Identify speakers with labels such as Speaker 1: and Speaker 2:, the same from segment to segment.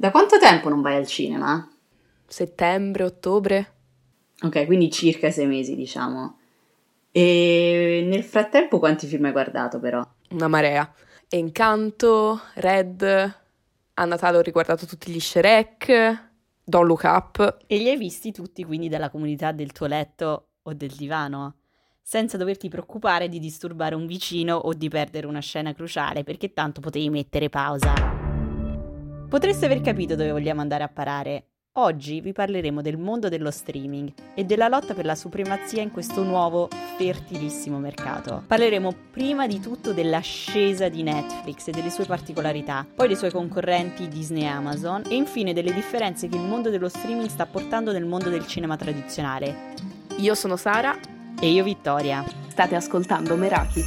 Speaker 1: Da quanto tempo non vai al cinema?
Speaker 2: Settembre, ottobre.
Speaker 1: Ok, quindi circa 6 mesi, diciamo. E nel frattempo quanti film hai guardato, però?
Speaker 2: Una marea. Encanto, Red, a Natale ho riguardato tutti gli Shrek, Don't Look Up.
Speaker 3: E li hai visti tutti quindi dalla comunità del tuo letto o del divano, senza doverti preoccupare di disturbare un vicino o di perdere una scena cruciale, perché tanto potevi mettere pausa. Potreste aver capito dove vogliamo andare a parare. Oggi vi parleremo del mondo dello streaming e della lotta per la supremazia in questo nuovo, fertilissimo mercato. Parleremo prima di tutto dell'ascesa di Netflix e delle sue particolarità, poi dei suoi concorrenti Disney e Amazon e infine delle differenze che il mondo dello streaming sta portando nel mondo del cinema tradizionale.
Speaker 2: Io sono Sara.
Speaker 3: E io Vittoria.
Speaker 2: State ascoltando Meraki.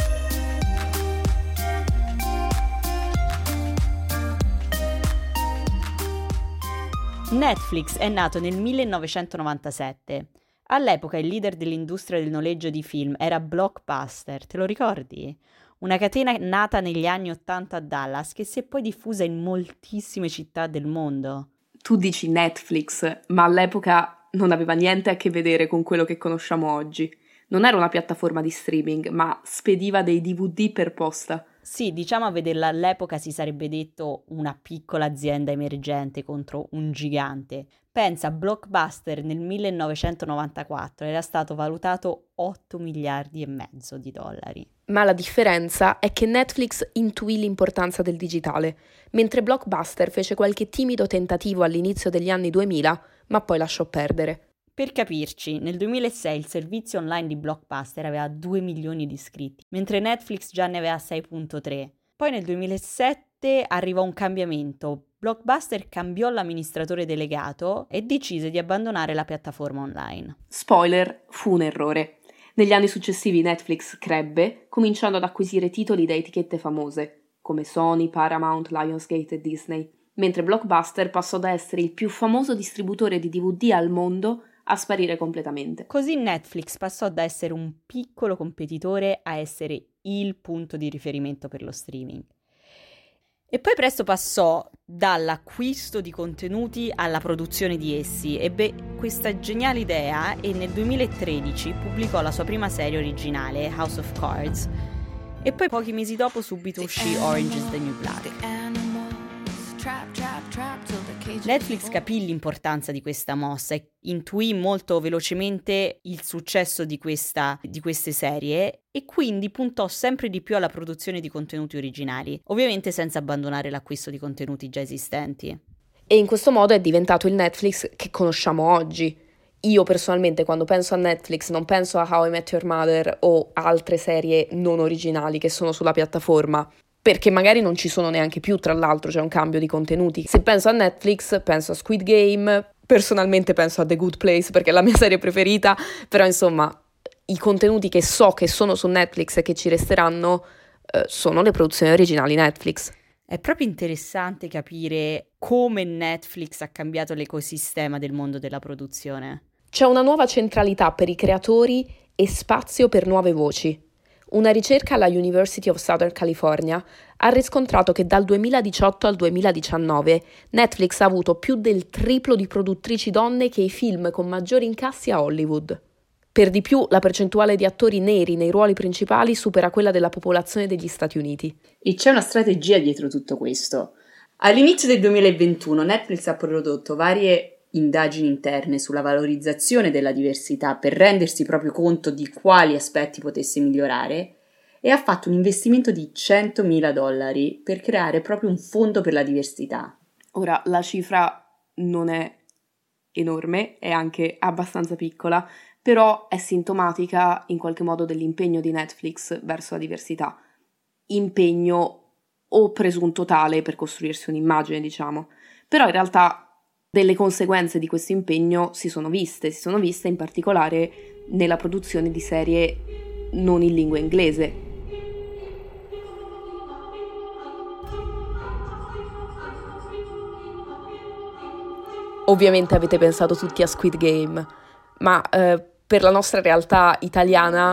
Speaker 3: Netflix è nato nel 1997. All'epoca il leader dell'industria del noleggio di film era Blockbuster, te lo ricordi? Una catena nata negli anni 80 a Dallas che si è poi diffusa in moltissime città del mondo.
Speaker 4: Tu dici Netflix, ma all'epoca non aveva niente a che vedere con quello che conosciamo oggi. Non era una piattaforma di streaming, ma spediva dei DVD per posta.
Speaker 3: Sì, diciamo a vederla all'epoca si sarebbe detto una piccola azienda emergente contro un gigante. Pensa, Blockbuster nel 1994 era stato valutato 8 miliardi e mezzo di dollari.
Speaker 2: Ma la differenza è che Netflix intuì l'importanza del digitale, mentre Blockbuster fece qualche timido tentativo all'inizio degli anni 2000, ma poi lasciò perdere.
Speaker 3: Per capirci, nel 2006 il servizio online di Blockbuster aveva 2 milioni di iscritti, mentre Netflix già ne aveva 6,3. Poi nel 2007 arrivò un cambiamento. Blockbuster cambiò l'amministratore delegato e decise di abbandonare la piattaforma online.
Speaker 4: Spoiler, fu un errore. Negli anni successivi Netflix crebbe, cominciando ad acquisire titoli da etichette famose, come Sony, Paramount, Lionsgate e Disney, mentre Blockbuster passò da essere il più famoso distributore di DVD al mondo a sparire completamente.
Speaker 3: Così Netflix passò da essere un piccolo competitore a essere il punto di riferimento per lo streaming. E poi presto passò dall'acquisto di contenuti alla produzione di essi. Ebbe questa geniale idea e nel 2013 pubblicò la sua prima serie originale, House of Cards, e poi pochi mesi dopo subito uscì Orange is the New Black. Netflix capì l'importanza di questa mossa e intuì molto velocemente il successo di queste serie e quindi puntò sempre di più alla produzione di contenuti originali, ovviamente senza abbandonare l'acquisto di contenuti già esistenti.
Speaker 2: E in questo modo è diventato il Netflix che conosciamo oggi. Io personalmente quando penso a Netflix non penso a How I Met Your Mother o altre serie non originali che sono sulla piattaforma, perché magari non ci sono neanche più, tra l'altro c'è un cambio di contenuti. Se penso a Netflix, penso a Squid Game, personalmente penso a The Good Place perché è la mia serie preferita, però insomma i contenuti che so che sono su Netflix e che ci resteranno sono le produzioni originali Netflix.
Speaker 3: È proprio interessante capire come Netflix ha cambiato l'ecosistema del mondo della produzione.
Speaker 2: C'è una nuova centralità per i creatori e spazio per nuove voci. Una ricerca alla University of Southern California ha riscontrato che dal 2018 al 2019 Netflix ha avuto più del triplo di produttrici donne che i film con maggiori incassi a Hollywood. Per di più, la percentuale di attori neri nei ruoli principali supera quella della popolazione degli Stati Uniti.
Speaker 1: E c'è una strategia dietro tutto questo. All'inizio del 2021 Netflix ha prodotto varie indagini interne sulla valorizzazione della diversità per rendersi proprio conto di quali aspetti potesse migliorare e ha fatto un investimento di $100.000 per creare proprio un fondo per la diversità.
Speaker 4: Ora, la cifra non è enorme, è anche abbastanza piccola, però è sintomatica in qualche modo dell'impegno di Netflix verso la diversità. Impegno o presunto tale per costruirsi un'immagine, diciamo. Però in realtà delle conseguenze di questo impegno si sono viste in particolare nella produzione di serie non in lingua inglese.
Speaker 2: Ovviamente avete pensato tutti a Squid Game, ma per la nostra realtà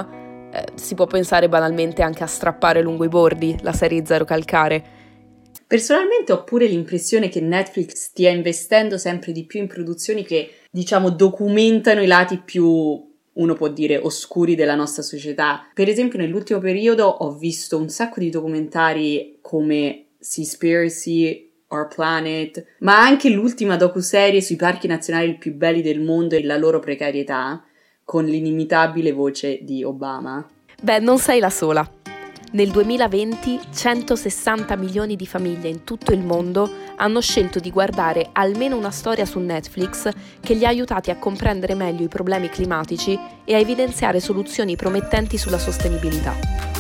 Speaker 2: italiana si può pensare banalmente anche a Strappare lungo i bordi, la serie Zero Calcare.
Speaker 1: Personalmente ho pure l'impressione che Netflix stia investendo sempre di più in produzioni che, diciamo, documentano i lati più, uno può dire, oscuri della nostra società. Per esempio, nell'ultimo periodo ho visto un sacco di documentari come Seaspiracy, Our Planet, ma anche l'ultima docuserie sui parchi nazionali più belli del mondo e la loro precarietà, con l'inimitabile voce di Obama.
Speaker 2: Beh, non sei la sola. Nel 2020 160 milioni di famiglie in tutto il mondo hanno scelto di guardare almeno una storia su Netflix che li ha aiutati a comprendere meglio i problemi climatici e a evidenziare soluzioni promettenti sulla sostenibilità.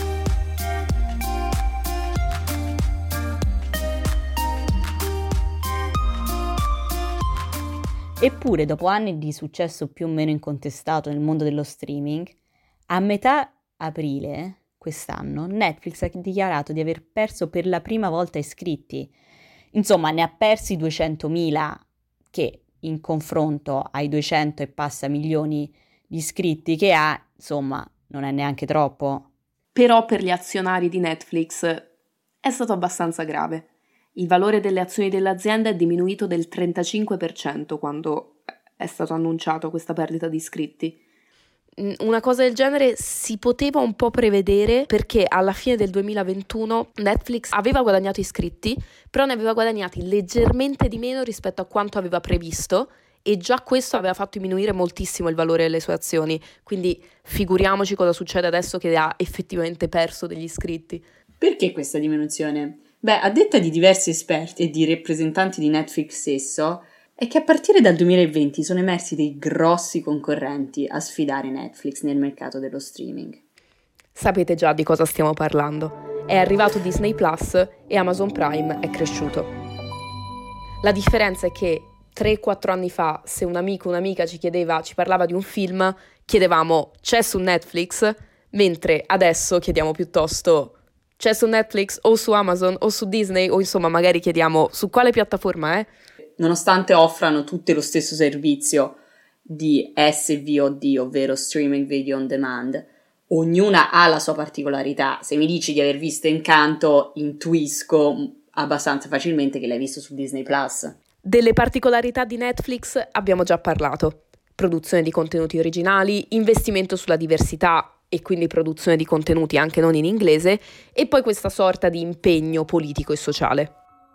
Speaker 3: Eppure, dopo anni di successo più o meno incontestato nel mondo dello streaming, a metà aprile quest'anno Netflix ha dichiarato di aver perso per la prima volta iscritti. Insomma, ne ha persi 200.000, che in confronto ai 200 e passa milioni di iscritti che ha, insomma, non è neanche troppo.
Speaker 4: Però per gli azionari di Netflix è stato abbastanza grave. Il valore delle azioni dell'azienda è diminuito del 35% quando è stato annunciato questa perdita di iscritti.
Speaker 2: Una cosa del genere si poteva un po' prevedere perché alla fine del 2021 Netflix aveva guadagnato iscritti, però ne aveva guadagnati leggermente di meno rispetto a quanto aveva previsto e già questo aveva fatto diminuire moltissimo il valore delle sue azioni, quindi figuriamoci cosa succede adesso che ha effettivamente perso degli iscritti.
Speaker 1: Perché questa diminuzione? Beh, a detta di diversi esperti e di rappresentanti di Netflix stesso, è che a partire dal 2020 sono emersi dei grossi concorrenti a sfidare Netflix nel mercato dello streaming.
Speaker 2: Sapete già di cosa stiamo parlando. È arrivato Disney Plus e Amazon Prime è cresciuto. La differenza è che 3-4 anni fa, se un amico o un'amica ci parlava di un film, chiedevamo c'è su Netflix, mentre adesso chiediamo piuttosto c'è su Netflix o su Amazon o su Disney o insomma magari chiediamo su quale piattaforma è.
Speaker 1: Nonostante offrano tutte lo stesso servizio di SVOD, ovvero Streaming Video On Demand, ognuna ha la sua particolarità. Se mi dici di aver visto Encanto, intuisco abbastanza facilmente che l'hai visto su Disney Plus.
Speaker 2: Delle particolarità di Netflix abbiamo già parlato. Produzione di contenuti originali, investimento sulla diversità e quindi produzione di contenuti anche non in inglese, e poi questa sorta di impegno politico e sociale.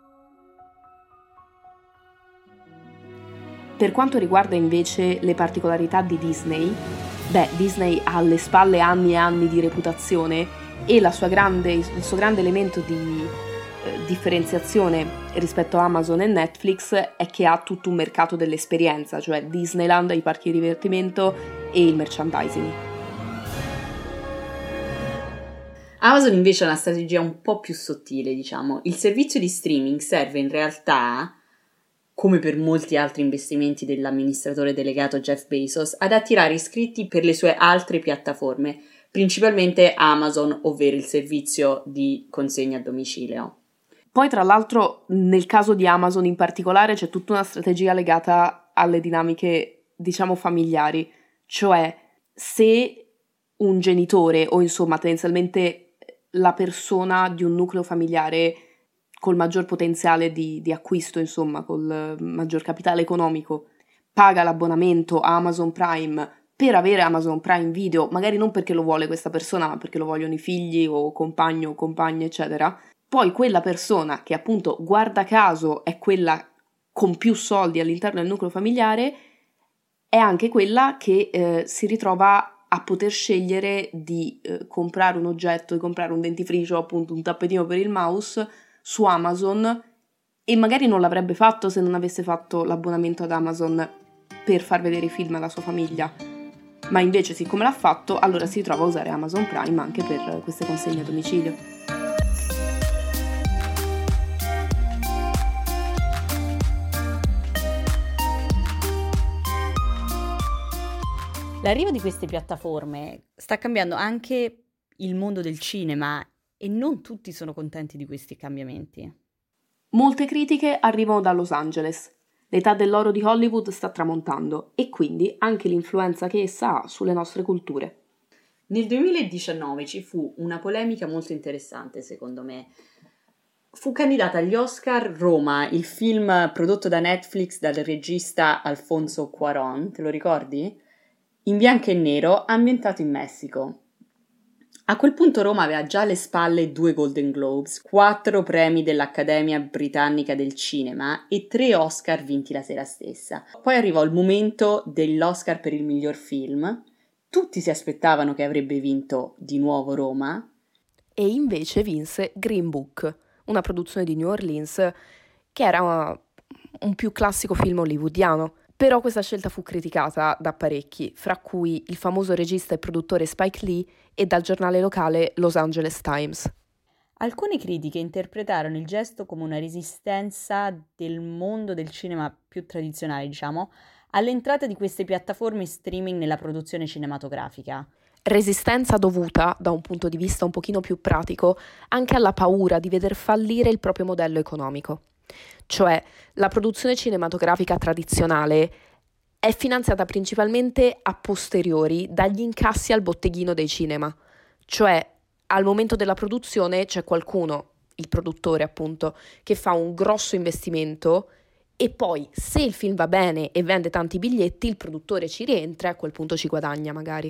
Speaker 4: Per quanto riguarda invece le particolarità di Disney, Disney ha alle spalle anni e anni di reputazione e il suo grande elemento di differenziazione rispetto a Amazon e Netflix è che ha tutto un mercato dell'esperienza, cioè Disneyland, i parchi di divertimento e il merchandising.
Speaker 1: Amazon invece ha una strategia un po' più sottile, diciamo. Il servizio di streaming serve in realtà, come per molti altri investimenti dell'amministratore delegato Jeff Bezos, ad attirare iscritti per le sue altre piattaforme, principalmente Amazon, ovvero il servizio di consegna a domicilio.
Speaker 4: Poi, tra l'altro, nel caso di Amazon in particolare c'è tutta una strategia legata alle dinamiche, diciamo, familiari. Cioè, se un genitore o insomma tendenzialmente la persona di un nucleo familiare col maggior potenziale di acquisto, insomma, col maggior capitale economico, paga l'abbonamento a Amazon Prime per avere Amazon Prime Video, magari non perché lo vuole questa persona, ma perché lo vogliono i figli o compagno o compagne, eccetera, poi quella persona che appunto, guarda caso, è quella con più soldi all'interno del nucleo familiare, è anche quella che si ritrova a poter scegliere di comprare un oggetto, di comprare un dentifricio, appunto un tappetino per il mouse su Amazon, e magari non l'avrebbe fatto se non avesse fatto l'abbonamento ad Amazon per far vedere i film alla sua famiglia, ma invece siccome l'ha fatto, allora si ritrova a usare Amazon Prime anche per queste consegne a domicilio.
Speaker 3: L'arrivo di queste piattaforme sta cambiando anche il mondo del cinema e non tutti sono contenti di questi cambiamenti.
Speaker 4: Molte critiche arrivano da Los Angeles. L'età dell'oro di Hollywood sta tramontando e quindi anche l'influenza che essa ha sulle nostre culture.
Speaker 1: Nel 2019 ci fu una polemica molto interessante, secondo me. Fu candidata agli Oscar Roma, il film prodotto da Netflix dal regista Alfonso Cuarón, te lo ricordi? In bianco e nero, ambientato in Messico. A quel punto Roma aveva già alle spalle 2 Golden Globes, 4 premi dell'Accademia Britannica del Cinema e 3 Oscar vinti la sera stessa. Poi arrivò il momento dell'Oscar per il miglior film. Tutti si aspettavano che avrebbe vinto di nuovo Roma.
Speaker 2: E invece vinse Green Book, una produzione di New Orleans che era un più classico film hollywoodiano. Però questa scelta fu criticata da parecchi, fra cui il famoso regista e produttore Spike Lee e dal giornale locale Los Angeles Times.
Speaker 3: Alcune critiche interpretarono il gesto come una resistenza del mondo del cinema più tradizionale, diciamo, all'entrata di queste piattaforme streaming nella produzione cinematografica.
Speaker 2: Resistenza dovuta, da un punto di vista un pochino più pratico, anche alla paura di veder fallire il proprio modello economico. Cioè, la produzione cinematografica tradizionale è finanziata principalmente a posteriori dagli incassi al botteghino dei cinema. Cioè, al momento della produzione c'è qualcuno, il produttore appunto, che fa un grosso investimento e poi, se il film va bene e vende tanti biglietti, il produttore ci rientra e a quel punto ci guadagna magari.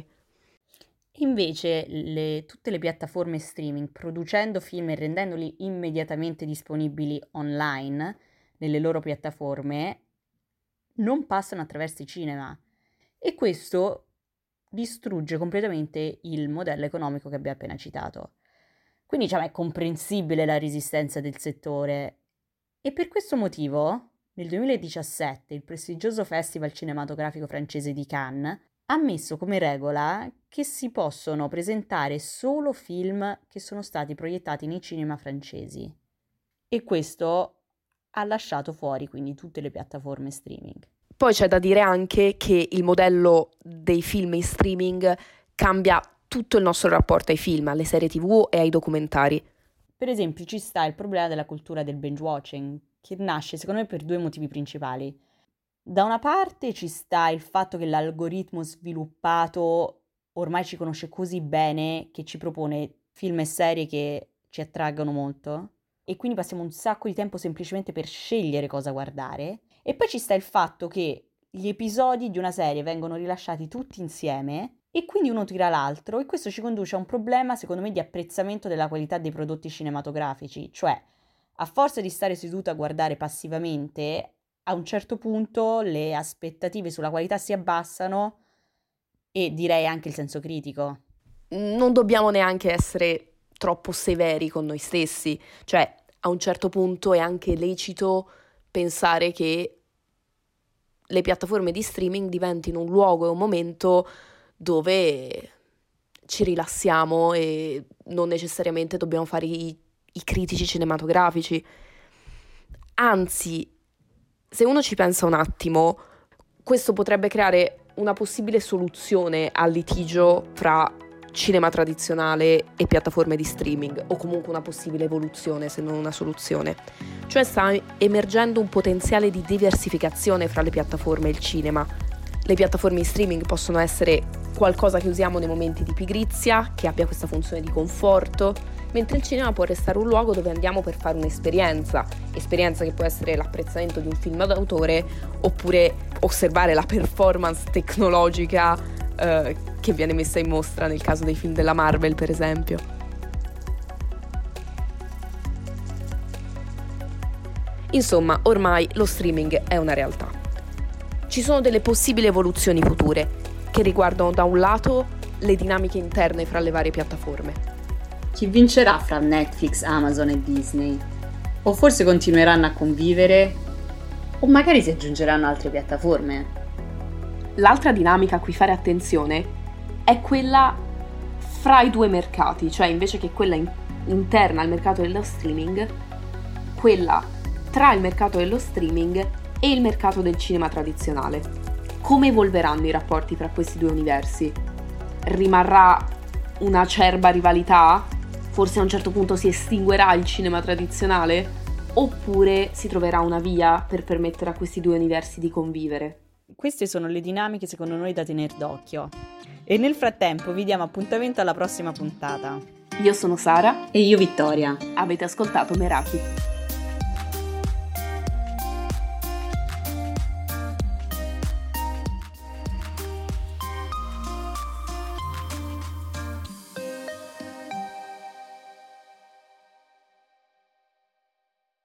Speaker 3: Invece tutte le piattaforme streaming, producendo film e rendendoli immediatamente disponibili online nelle loro piattaforme, non passano attraverso i cinema. E questo distrugge completamente il modello economico che abbiamo appena citato. Quindi diciamo, è comprensibile la resistenza del settore. E per questo motivo, nel 2017, il prestigioso Festival cinematografico francese di Cannes ha messo come regola che si possono presentare solo film che sono stati proiettati nei cinema francesi. E questo ha lasciato fuori quindi tutte le piattaforme streaming.
Speaker 2: Poi c'è da dire anche che il modello dei film in streaming cambia tutto il nostro rapporto ai film, alle serie TV e ai documentari.
Speaker 3: Per esempio ci sta il problema della cultura del binge watching, che nasce secondo me per 2 motivi principali. Da una parte ci sta il fatto che l'algoritmo sviluppato ormai ci conosce così bene che ci propone film e serie che ci attraggono molto e quindi passiamo un sacco di tempo semplicemente per scegliere cosa guardare. E poi ci sta il fatto che gli episodi di una serie vengono rilasciati tutti insieme e quindi uno tira l'altro e questo ci conduce a un problema secondo me di apprezzamento della qualità dei prodotti cinematografici, cioè a forza di stare seduto a guardare passivamente a un certo punto le aspettative sulla qualità si abbassano e direi anche il senso critico.
Speaker 2: Non dobbiamo neanche essere troppo severi con noi stessi, cioè a un certo punto è anche lecito pensare che le piattaforme di streaming diventino un luogo e un momento dove ci rilassiamo e non necessariamente dobbiamo fare i critici cinematografici. Anzi, se uno ci pensa un attimo, questo potrebbe creare una possibile soluzione al litigio fra cinema tradizionale e piattaforme di streaming, o comunque una possibile evoluzione se non una soluzione. Cioè sta emergendo un potenziale di diversificazione fra le piattaforme e il cinema. Le piattaforme di streaming possono essere qualcosa che usiamo nei momenti di pigrizia, che abbia questa funzione di conforto, mentre il cinema può restare un luogo dove andiamo per fare esperienza che può essere l'apprezzamento di un film d'autore oppure osservare la performance tecnologica che viene messa in mostra nel caso dei film della Marvel, per esempio. Insomma, ormai lo streaming è una realtà. Ci sono delle possibili evoluzioni future che riguardano da un lato le dinamiche interne fra le varie piattaforme.
Speaker 1: Chi vincerà fra Netflix, Amazon e Disney? O forse continueranno a convivere? O magari si aggiungeranno altre piattaforme?
Speaker 4: L'altra dinamica a cui fare attenzione è quella fra i 2 mercati, cioè invece che quella interna al mercato dello streaming, quella tra il mercato dello streaming e il mercato del cinema tradizionale. Come evolveranno i rapporti fra questi 2 universi? Rimarrà una acerba rivalità? Forse a un certo punto si estinguerà il cinema tradizionale? Oppure si troverà una via per permettere a questi 2 universi di convivere?
Speaker 3: Queste sono le dinamiche secondo noi da tenere d'occhio. E nel frattempo vi diamo appuntamento alla prossima puntata.
Speaker 4: Io sono Sara
Speaker 1: e io Vittoria.
Speaker 4: Avete ascoltato Meraki.